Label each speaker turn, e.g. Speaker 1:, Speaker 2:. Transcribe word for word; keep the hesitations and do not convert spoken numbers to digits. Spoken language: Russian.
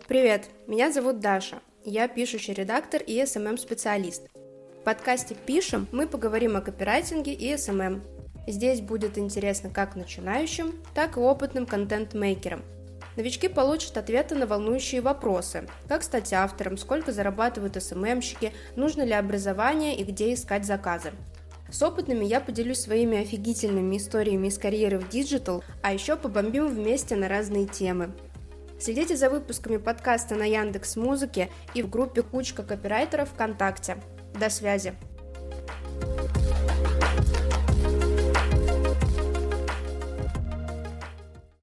Speaker 1: Привет, меня зовут Даша, я пишущий редактор и эс эм эм-специалист. В подкасте «Пишем» мы поговорим о копирайтинге и эс эм эм. Здесь будет интересно как начинающим, так и опытным контент-мейкерам. Новички получат ответы на волнующие вопросы: как стать автором, сколько зарабатывают эс эм эм-щики, нужно ли образование и где искать заказы. С опытными я поделюсь своими офигительными историями из карьеры в диджитал, а еще побомбим вместе на разные темы. Следите за выпусками подкаста на Яндекс.Музыке и в группе «Кучка копирайтеров» ВКонтакте. До связи!